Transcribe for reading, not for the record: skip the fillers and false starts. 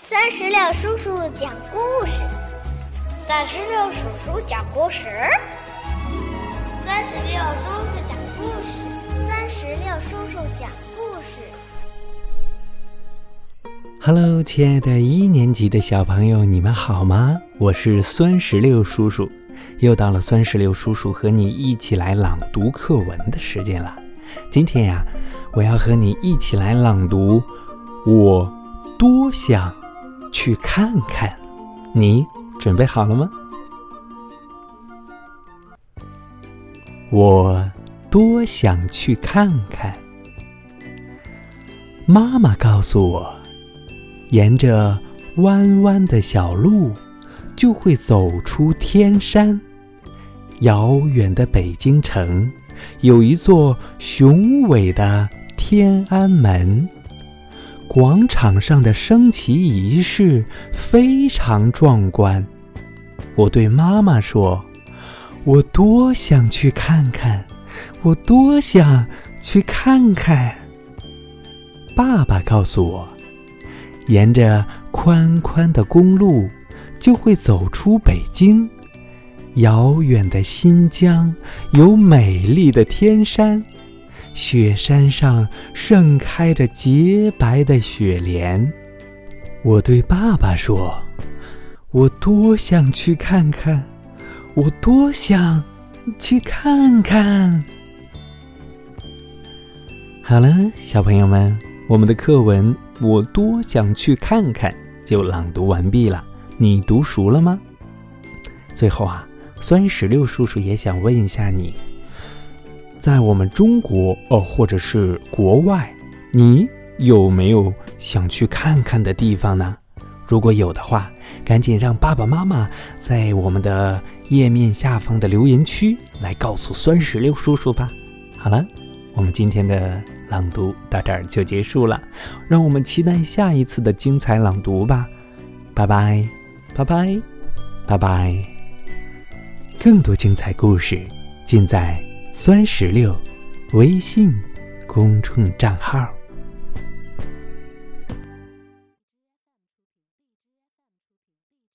36叔叔讲故事，36叔叔讲故事，36叔叔讲故事，36叔叔讲故事。 Hello， 亲爱的1年级的小朋友，你们好吗？我是酸石榴叔叔，又到了酸石榴叔叔和你一起来朗读课文的时间了。今天呀，我要和你一起来朗读我多想去看看，你准备好了吗？我多想去看看。妈妈告诉我，沿着弯弯的小路就会走出天山。遥远的北京城有一座雄伟的天安门，广场上的升旗仪式非常壮观。我对妈妈说，我多想去看看，我多想去看看。爸爸告诉我，沿着宽宽的公路就会走出北京。遥远的新疆有美丽的天山，雪山上盛开着洁白的雪莲。我对爸爸说，我多想去看看，我多想去看看。好了，小朋友们，我们的课文我多想去看看就朗读完毕了，你读熟了吗？最后啊，酸石榴叔叔也想问一下你，在我们中国或者是国外，你有没有想去看看的地方呢？如果有的话，赶紧让爸爸妈妈在我们的页面下方的留言区来告诉酸石榴叔叔吧。好了，我们今天的朗读到这儿就结束了，让我们期待下一次的精彩朗读吧。拜拜，拜拜，拜拜。更多精彩故事尽在酸石榴微信公众账号。